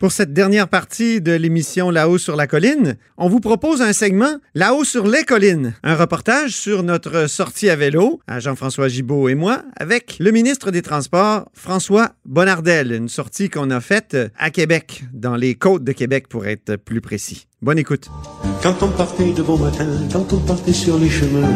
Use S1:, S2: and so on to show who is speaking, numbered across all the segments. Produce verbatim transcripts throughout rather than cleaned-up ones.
S1: Pour cette dernière partie de l'émission Là-haut sur la colline, on vous propose un segment Là-haut sur les collines, un reportage sur notre sortie à vélo, à Jean-François Gibault et moi, avec le ministre des Transports, François Bonnardel, une sortie qu'on a faite à Québec, dans les côtes de Québec pour être plus précis. Bonne écoute.
S2: Quand on partait de bon matin, quand on partait sur les chemins,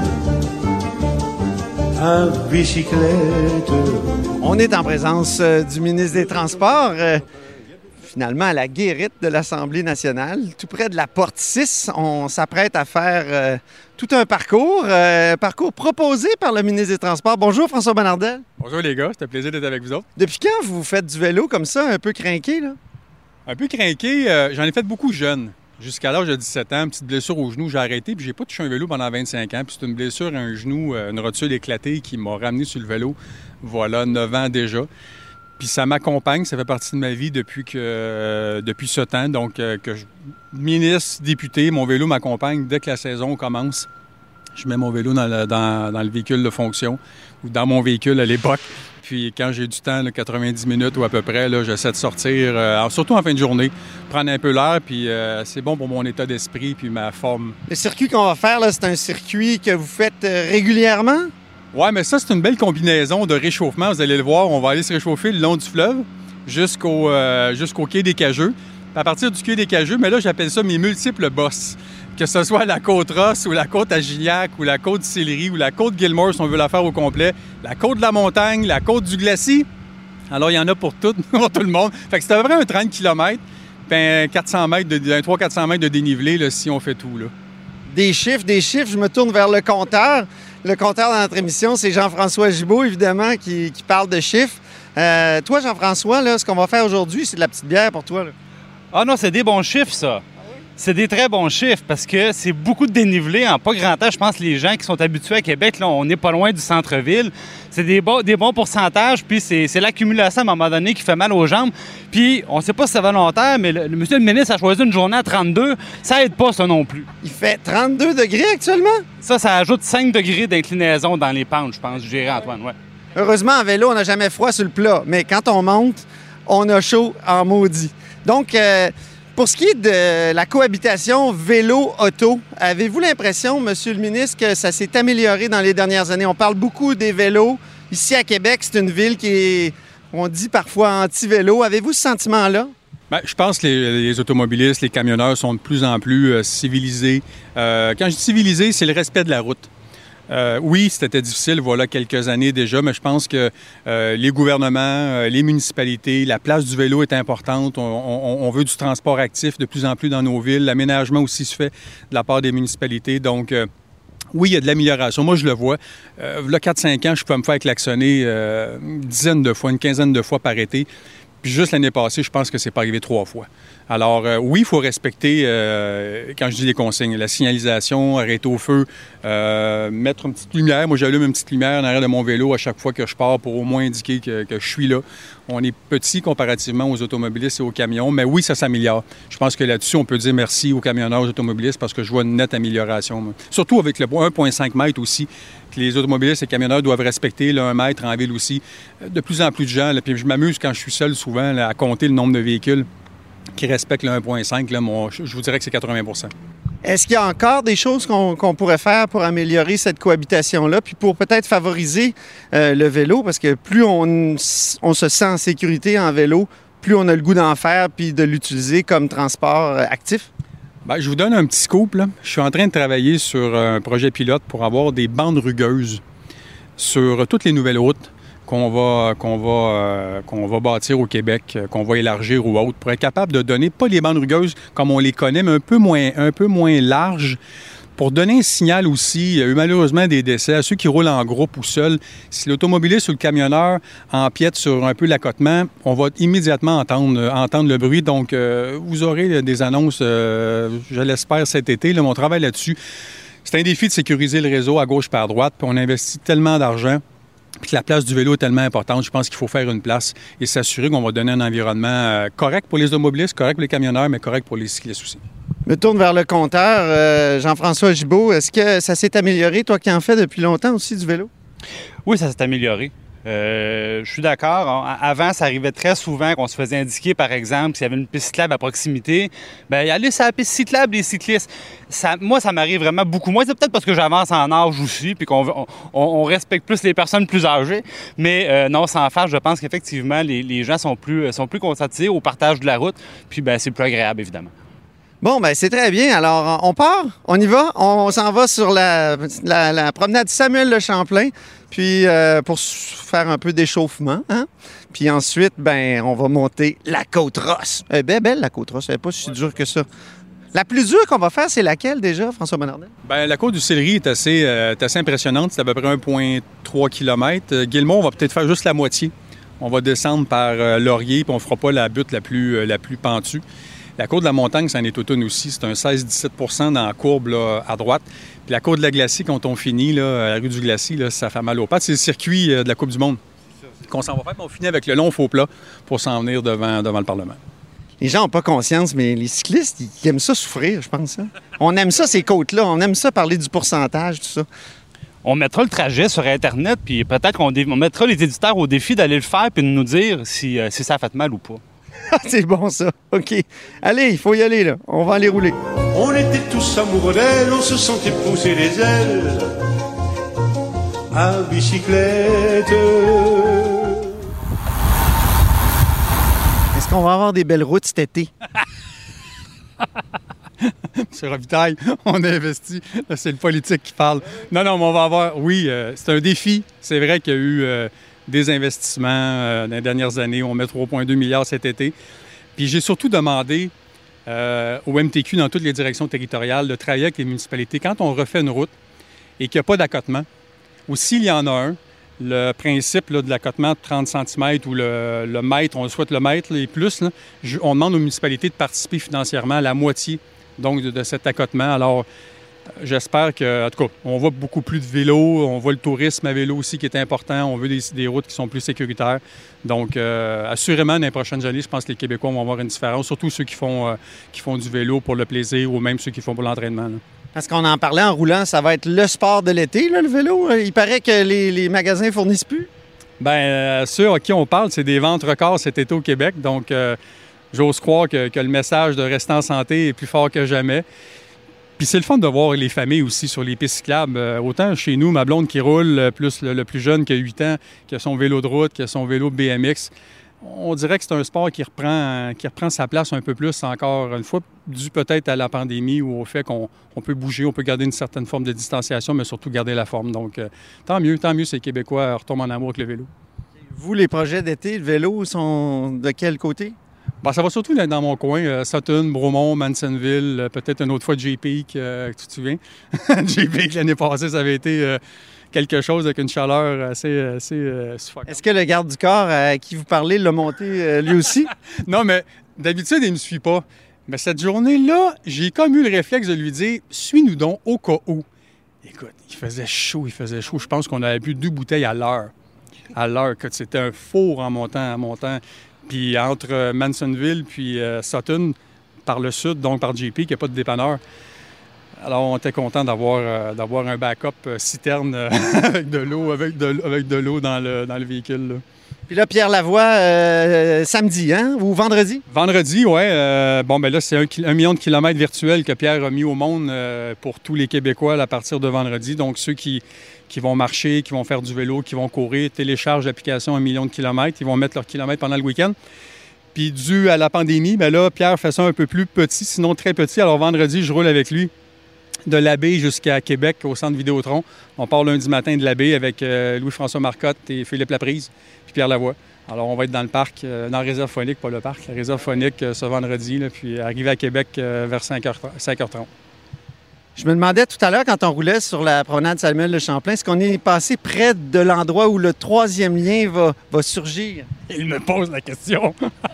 S2: à bicyclette.
S1: On est en présence euh, du ministre des Transports, euh, finalement à la guérite de l'Assemblée nationale, tout près de la porte six. On s'apprête à faire euh, tout un parcours, euh, parcours proposé par le ministre des Transports. Bonjour François Bonnardel.
S3: Bonjour les gars, c'était un plaisir d'être avec vous autres.
S1: Depuis quand vous faites du vélo comme ça, un peu crinqué, là?
S3: Un peu crinqué, euh, j'en ai fait beaucoup jeune. Jusqu'à l'âge de dix-sept ans, petite blessure au genou, j'ai arrêté, puis j'ai pas touché un vélo pendant vingt-cinq ans. Puis c'est une blessure à un genou, une rotule éclatée qui m'a ramené sur le vélo, voilà, neuf ans déjà. Puis ça m'accompagne, ça fait partie de ma vie depuis que euh, depuis ce temps. Donc, euh, que je, ministre, député, mon vélo m'accompagne dès que la saison commence. Je mets mon vélo dans le, dans, dans le véhicule de fonction, ou dans mon véhicule à l'époque. Puis quand j'ai du temps, là, quatre-vingt-dix minutes ou à peu près, là, j'essaie de sortir, euh, surtout en fin de journée, prendre un peu l'air, puis euh, c'est bon pour mon état d'esprit puis ma forme.
S1: Le circuit qu'on va faire, là, c'est un circuit que vous faites euh, régulièrement?
S3: Oui, mais ça, c'est une belle combinaison de réchauffement. Vous allez le voir, on va aller se réchauffer le long du fleuve jusqu'au, euh, jusqu'au quai des Cageux. Puis à partir du quai des Cageux, mais là, j'appelle ça mes multiples bosses. Que ce soit la côte Ross ou la côte à Gignac ou la côte Sillery ou la côte Gilmore, si on veut la faire au complet, la côte de la montagne, la côte du glacis. Alors, il y en a pour tout, pour tout le monde. Fait que c'est à peu près un trente kilomètres, puis quatre cents mètres de, un trois cents à quatre cents mètres de dénivelé, là, si on fait tout, là.
S1: Des chiffres, des chiffres. Je me tourne vers le compteur. Le compteur dans notre émission, c'est Jean-François Gibault, évidemment, qui, qui parle de chiffres. Euh, toi, Jean-François, là, ce qu'on va faire aujourd'hui, c'est de la petite bière pour toi, là.
S4: Ah non, c'est des bons chiffres, ça. C'est des très bons chiffres parce que c'est beaucoup de dénivelé en pas grand temps. Je pense que les gens qui sont habitués à Québec, là, on n'est pas loin du centre-ville. C'est des, bo- des bons pourcentages, puis c'est, c'est l'accumulation à un moment donné qui fait mal aux jambes. Puis on ne sait pas si c'est volontaire, mais le, le monsieur le ministre a choisi une journée à trente-deux. Ça aide pas, ça non plus.
S1: Il fait trente-deux degrés actuellement?
S4: Ça, ça ajoute cinq degrés d'inclinaison dans les pentes, je pense, je dirais, Antoine, ouais.
S1: Heureusement, en vélo, on n'a jamais froid sur le plat, mais quand on monte, on a chaud en maudit. Donc, euh, pour ce qui est de la cohabitation vélo-auto, avez-vous l'impression, Monsieur le ministre, que ça s'est amélioré dans les dernières années? On parle beaucoup des vélos. Ici, à Québec, c'est une ville qui est, on dit parfois, anti-vélo. Avez-vous ce sentiment-là?
S3: Bien, je pense que les, les automobilistes, les camionneurs sont de plus en plus euh, civilisés. Euh, quand je dis civilisés, c'est le respect de la route. Euh, oui, c'était difficile, voilà, quelques années déjà, mais je pense que euh, les gouvernements, euh, les municipalités, la place du vélo est importante. On, on, on veut du transport actif de plus en plus dans nos villes. L'aménagement aussi se fait de la part des municipalités. Donc, euh, oui, il y a de l'amélioration. Moi, je le vois. Euh, là, quatre cinq ans, je peux me faire klaxonner euh, une dizaine de fois, une quinzaine de fois par été. Puis juste l'année passée, je pense que c'est pas arrivé trois fois. Alors, euh, oui, il faut respecter, euh, quand je dis les consignes, la signalisation, arrêter au feu, euh, mettre une petite lumière. Moi, j'allume une petite lumière en arrière de mon vélo à chaque fois que je pars pour au moins indiquer que, que je suis là. On est petit comparativement aux automobilistes et aux camions, mais oui, ça s'améliore. Je pense que là-dessus, on peut dire merci aux camionneurs, aux automobilistes, parce que je vois une nette amélioration. Moi. Surtout avec le un virgule cinq mètre aussi, que les automobilistes et les camionneurs doivent respecter, là, un mètre en ville aussi. De plus en plus de gens, là, puis je m'amuse quand je suis seul souvent là, à compter le nombre de véhicules qui respectent le un virgule cinq, là, mon, je vous dirais que c'est quatre-vingts pour cent.
S1: Est-ce qu'il y a encore des choses qu'on, qu'on pourrait faire pour améliorer cette cohabitation-là, puis pour peut-être favoriser euh, le vélo? Parce que plus on, on se sent en sécurité en vélo, plus on a le goût d'en faire puis de l'utiliser comme transport euh, actif?
S3: Bien, je vous donne un petit scoop, là. Je suis en train de travailler sur un projet pilote pour avoir des bandes rugueuses sur toutes les nouvelles routes qu'on va, qu'on va, euh, qu'on va bâtir au Québec, euh, qu'on va élargir ou autre, pour être capable de donner, pas les bandes rugueuses comme on les connaît, mais un peu moins, un peu moins larges, pour donner un signal aussi. Il y a eu malheureusement des décès à ceux qui roulent en groupe ou seuls. Si l'automobiliste ou le camionneur empiète sur un peu l'accotement, on va immédiatement entendre, entendre le bruit. Donc, euh, vous aurez des annonces, euh, je l'espère, cet été. Là, on travaille là-dessus. C'est un défi de sécuriser le réseau à gauche par droite, puis on investit tellement d'argent. Puis que la place du vélo est tellement importante, je pense qu'il faut faire une place et s'assurer qu'on va donner un environnement correct pour les automobilistes, correct pour les camionneurs, mais correct pour les cyclistes aussi.
S1: Je me tourne vers le compteur. Euh, Jean-François Gibault, est-ce que ça s'est amélioré, toi qui en fais depuis longtemps aussi du vélo?
S4: Oui, ça s'est amélioré. Euh, je suis d'accord. On- Avant, ça arrivait très souvent qu'on se faisait indiquer, par exemple, s'il y avait une piste cyclable à proximité, bien, aller sur la piste cyclable, les cyclistes. Ça, moi, ça m'arrive vraiment beaucoup moins. C'est peut-être parce que j'avance en âge aussi, puis qu'on on, on respecte plus les personnes plus âgées. Mais euh, non, sans faire, je pense qu'effectivement, les, les gens sont plus, sont plus conscientisés au partage de la route, puis ben, c'est plus agréable, évidemment.
S1: Bon, ben c'est très bien. Alors, on part, on y va, on, on s'en va sur la, la, la promenade Samuel Le Champlain, puis euh, pour s- faire un peu d'échauffement, hein? Puis ensuite, ben, on va monter la Côte-Rosse. Elle est bien belle, la Côte-Rosse. Elle n'est pas si dure que ça. La plus dure qu'on va faire, c'est laquelle déjà, François Bonnardel?
S3: Bien, la côte du Sillery est assez, euh, est assez impressionnante. C'est à peu près un virgule trois kilomètres. Euh, Guillemont, on va peut-être faire juste la moitié. On va descendre par euh, Laurier, puis on ne fera pas la butte la plus, euh, la plus pentue. La côte de la montagne, c'en est toute une aussi. C'est un seize à dix-sept pour cent dans la courbe là, à droite. Puis la côte de la Glacis, quand on finit, là, à la rue du Glacis, là, ça fait mal aux pattes. C'est le circuit euh, de la Coupe du Monde qu'on s'en va faire. Puis on finit avec le long faux plat pour s'en venir devant, devant le Parlement.
S1: Les gens n'ont pas conscience, mais les cyclistes, ils aiment ça souffrir, je pense. Hein? On aime ça, ces côtes-là. On aime ça parler du pourcentage, tout ça.
S4: On mettra le trajet sur Internet, puis peut-être qu'on dé- on mettra les éditeurs au défi d'aller le faire puis de nous dire si, euh, si ça a fait mal ou pas.
S1: C'est bon, ça. OK. Allez, il faut y aller, là. On va aller rouler.
S2: On était tous amoureux d'elle, on se sentait pousser les ailes à bicyclette.
S1: Est-ce qu'on va avoir des belles routes cet été?
S3: Monsieur Robitaille, on a investi. Là, c'est le politique qui parle. Non, non, mais on va avoir... Oui, euh, c'est un défi. C'est vrai qu'il y a eu euh, des investissements euh, dans les dernières années. On met trois virgule deux milliards cet été. Puis j'ai surtout demandé euh, au M T Q, dans toutes les directions territoriales, de travailler avec les municipalités. Quand on refait une route et qu'il n'y a pas d'accotement, ou s'il y en a un, le principe là, de l'accotement de trente centimètres ou le, le mètre, on le souhaite le mètre là, et plus, là, je- on demande aux municipalités de participer financièrement à la moitié donc, de, de cet accotement. Alors, euh, j'espère que, en tout cas, on voit beaucoup plus de vélos, on voit le tourisme à vélo aussi qui est important, on veut des, des routes qui sont plus sécuritaires. Donc, euh, assurément, dans les prochaines années, je pense que les Québécois vont avoir une différence, surtout ceux qui font, euh, qui font du vélo pour le plaisir ou même ceux qui font pour l'entraînement, là.
S1: Parce qu'on en parlait en roulant, ça va être le sport de l'été, là, le vélo. Il paraît que les, les magasins fournissent plus.
S3: Bien, euh, ceux à qui on parle, c'est des ventes records cet été au Québec. Donc, euh, j'ose croire que, que le message de rester en santé est plus fort que jamais. Puis c'est le fun de voir les familles aussi sur les pistes cyclables. Euh, autant chez nous, ma blonde qui roule, euh, plus le, le plus jeune qui a huit ans, qui a son vélo de route, qui a son vélo B M X. On dirait que c'est un sport qui reprend, qui reprend sa place un peu plus encore une fois, dû peut-être à la pandémie ou au fait qu'on on peut bouger, on peut garder une certaine forme de distanciation, mais surtout garder la forme. Donc, euh, tant mieux, tant mieux, ces Québécois retombent en amour avec le vélo.
S1: Vous, les projets d'été, le vélo, sont de quel côté?
S3: Bon, ça va surtout dans dans mon coin, euh, Sutton, Bromont, Mansonville, euh, peut-être une autre fois J Peak, euh, tu te souviens? J Peak, l'année passée, ça avait été euh, quelque chose avec une chaleur assez, assez euh, suffocante.
S1: Est-ce que le garde du corps à qui vous parlez l'a monté euh, lui aussi?
S3: Non, mais d'habitude, il ne me suit pas. Mais cette journée-là, j'ai comme eu le réflexe de lui dire « Suis-nous donc au cas où. » Écoute, il faisait chaud, il faisait chaud. Je pense qu'on avait bu deux bouteilles à l'heure. À l'heure, écoute, c'était un four en montant, en montant. Puis entre euh, Mansonville puis euh, Sutton, par le sud, donc par J P, il n'y a pas de dépanneur. Alors, on était content d'avoir euh, d'avoir un backup euh, citerne euh, avec de l'eau avec de, avec de l'eau dans le, dans le véhicule, là.
S1: Puis là, Pierre Lavoie, euh, samedi, hein? Ou vendredi?
S3: Vendredi, oui. Euh, bon, ben là, c'est un, ki- un million de kilomètres virtuels que Pierre a mis au monde euh, pour tous les Québécois à partir de vendredi. Donc, ceux qui, qui vont marcher, qui vont faire du vélo, qui vont courir, téléchargent l'application un million de kilomètres. Ils vont mettre leurs kilomètres pendant le week-end. Puis, dû à la pandémie, ben là, Pierre fait ça un peu plus petit, sinon très petit. Alors, vendredi, je roule avec lui de l'Abbé jusqu'à Québec, au centre Vidéotron. On part lundi matin de l'Abbé avec euh, Louis-François Marcotte et Philippe Laprise, puis Pierre Lavoie. Alors, on va être dans le parc, euh, dans la réserve phonique, pas le parc, la réserve phonique euh, ce vendredi, là, puis arriver à Québec euh, vers cinq heures trente.
S1: Je me demandais tout à l'heure, quand on roulait sur la promenade Samuel Le Champlain, est-ce qu'on est passé près de l'endroit où le troisième lien va, va surgir?
S3: Il me pose la question.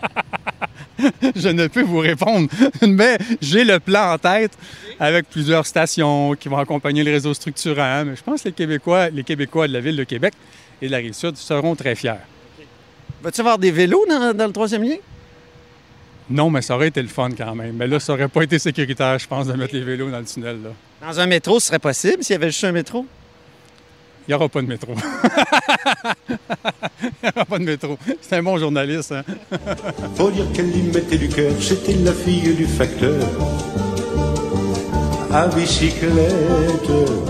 S3: Je ne peux vous répondre, mais j'ai le plan en tête avec plusieurs stations qui vont accompagner le réseau structurant. Mais je pense que les Québécois, les Québécois de la Ville de Québec et de la Rive-Sud seront très fiers.
S1: Va-tu avoir des vélos dans, dans le troisième lien?
S3: Non, mais ça aurait été le fun quand même. Mais là, ça n'aurait pas été sécuritaire, je pense, de mettre les vélos dans le tunnel, là.
S1: Dans un métro, ce serait possible s'il y avait juste un métro?
S3: Il n'y aura pas de métro. Il n'y aura pas de métro. C'est un bon journaliste, hein?
S2: Faut dire qu'elle y mettait du cœur, c'était la fille du facteur. À bicyclette.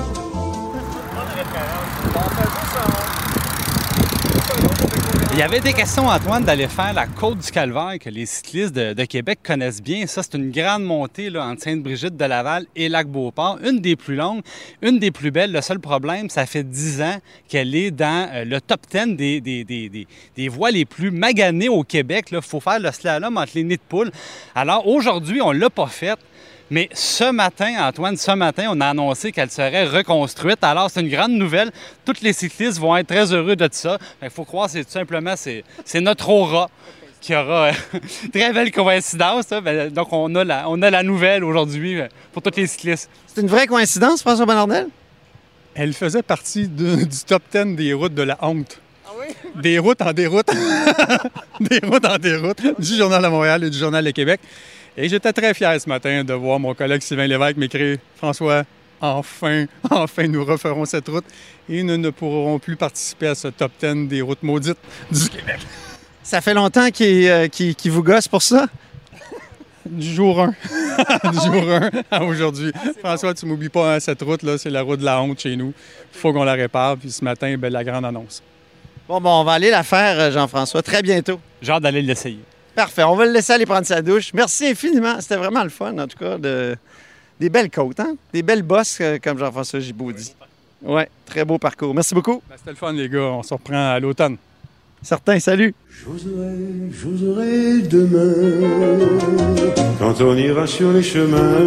S4: Il y avait des questions, Antoine, d'aller faire la Côte du Calvaire que les cyclistes de, de Québec connaissent bien. Ça, c'est une grande montée là, entre Sainte-Brigitte de Laval et Lac-Beauport. Une des plus longues, une des plus belles. Le seul problème, ça fait dix ans qu'elle est dans euh, le top dix des, des, des, des, des voies les plus maganées au Québec. Il faut faire le slalom entre les nids de poule. Alors, aujourd'hui, on ne l'a pas faite. Mais ce matin, Antoine, ce matin, on a annoncé qu'elle serait reconstruite. Alors, c'est une grande nouvelle. Tous les cyclistes vont être très heureux de ça. Il faut croire que c'est tout simplement c'est, c'est notre aura qui aura très belle coïncidence. Hein. Donc, on a, la, on a la nouvelle aujourd'hui pour tous les cyclistes.
S1: C'est une vraie coïncidence, François Bonnardel?
S3: Elle faisait partie de, du top dix des routes de la honte. Ah oui? Des routes en déroute. Des routes en déroute du Journal de Montréal et du Journal de Québec. Et j'étais très fier ce matin de voir mon collègue Sylvain Lévesque m'écrire « François, enfin, enfin, nous referons cette route et nous ne pourrons plus participer à ce top dix des routes maudites du Québec. »
S1: Ça fait longtemps qu'il, euh, qu'il, qu'il vous gosse pour ça?
S3: Du jour un. Du jour un à aujourd'hui. Ah, François, bon. Tu m'oublies pas, hein, cette route-là, c'est la route de la honte chez nous. Il faut qu'on la répare. Puis ce matin, ben, la grande annonce.
S1: Bon, bon, on va aller la faire, Jean-François, très bientôt.
S4: J'ai hâte d'aller l'essayer.
S1: Parfait. On va le laisser aller prendre sa douche. Merci infiniment. C'était vraiment le fun, en tout cas. De... Des belles côtes, hein? Des belles bosses, comme Jean-François Gibault dit. Oui, très beau parcours. Merci beaucoup.
S3: Ben, c'était le fun, les gars. On se reprend à l'automne.
S1: Certain, salut.
S2: J'oserai, j'oserai demain, quand on ira sur les chemins,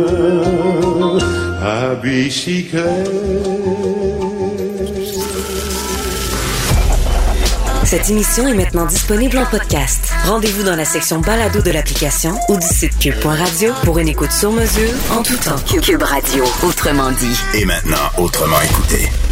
S2: à bicyclette.
S5: Cette émission est maintenant disponible en podcast. Rendez-vous dans la section balado de l'application ou du site cube point radio pour une écoute sur mesure en tout temps. Cube Radio, autrement dit.
S6: Et maintenant, autrement écouté.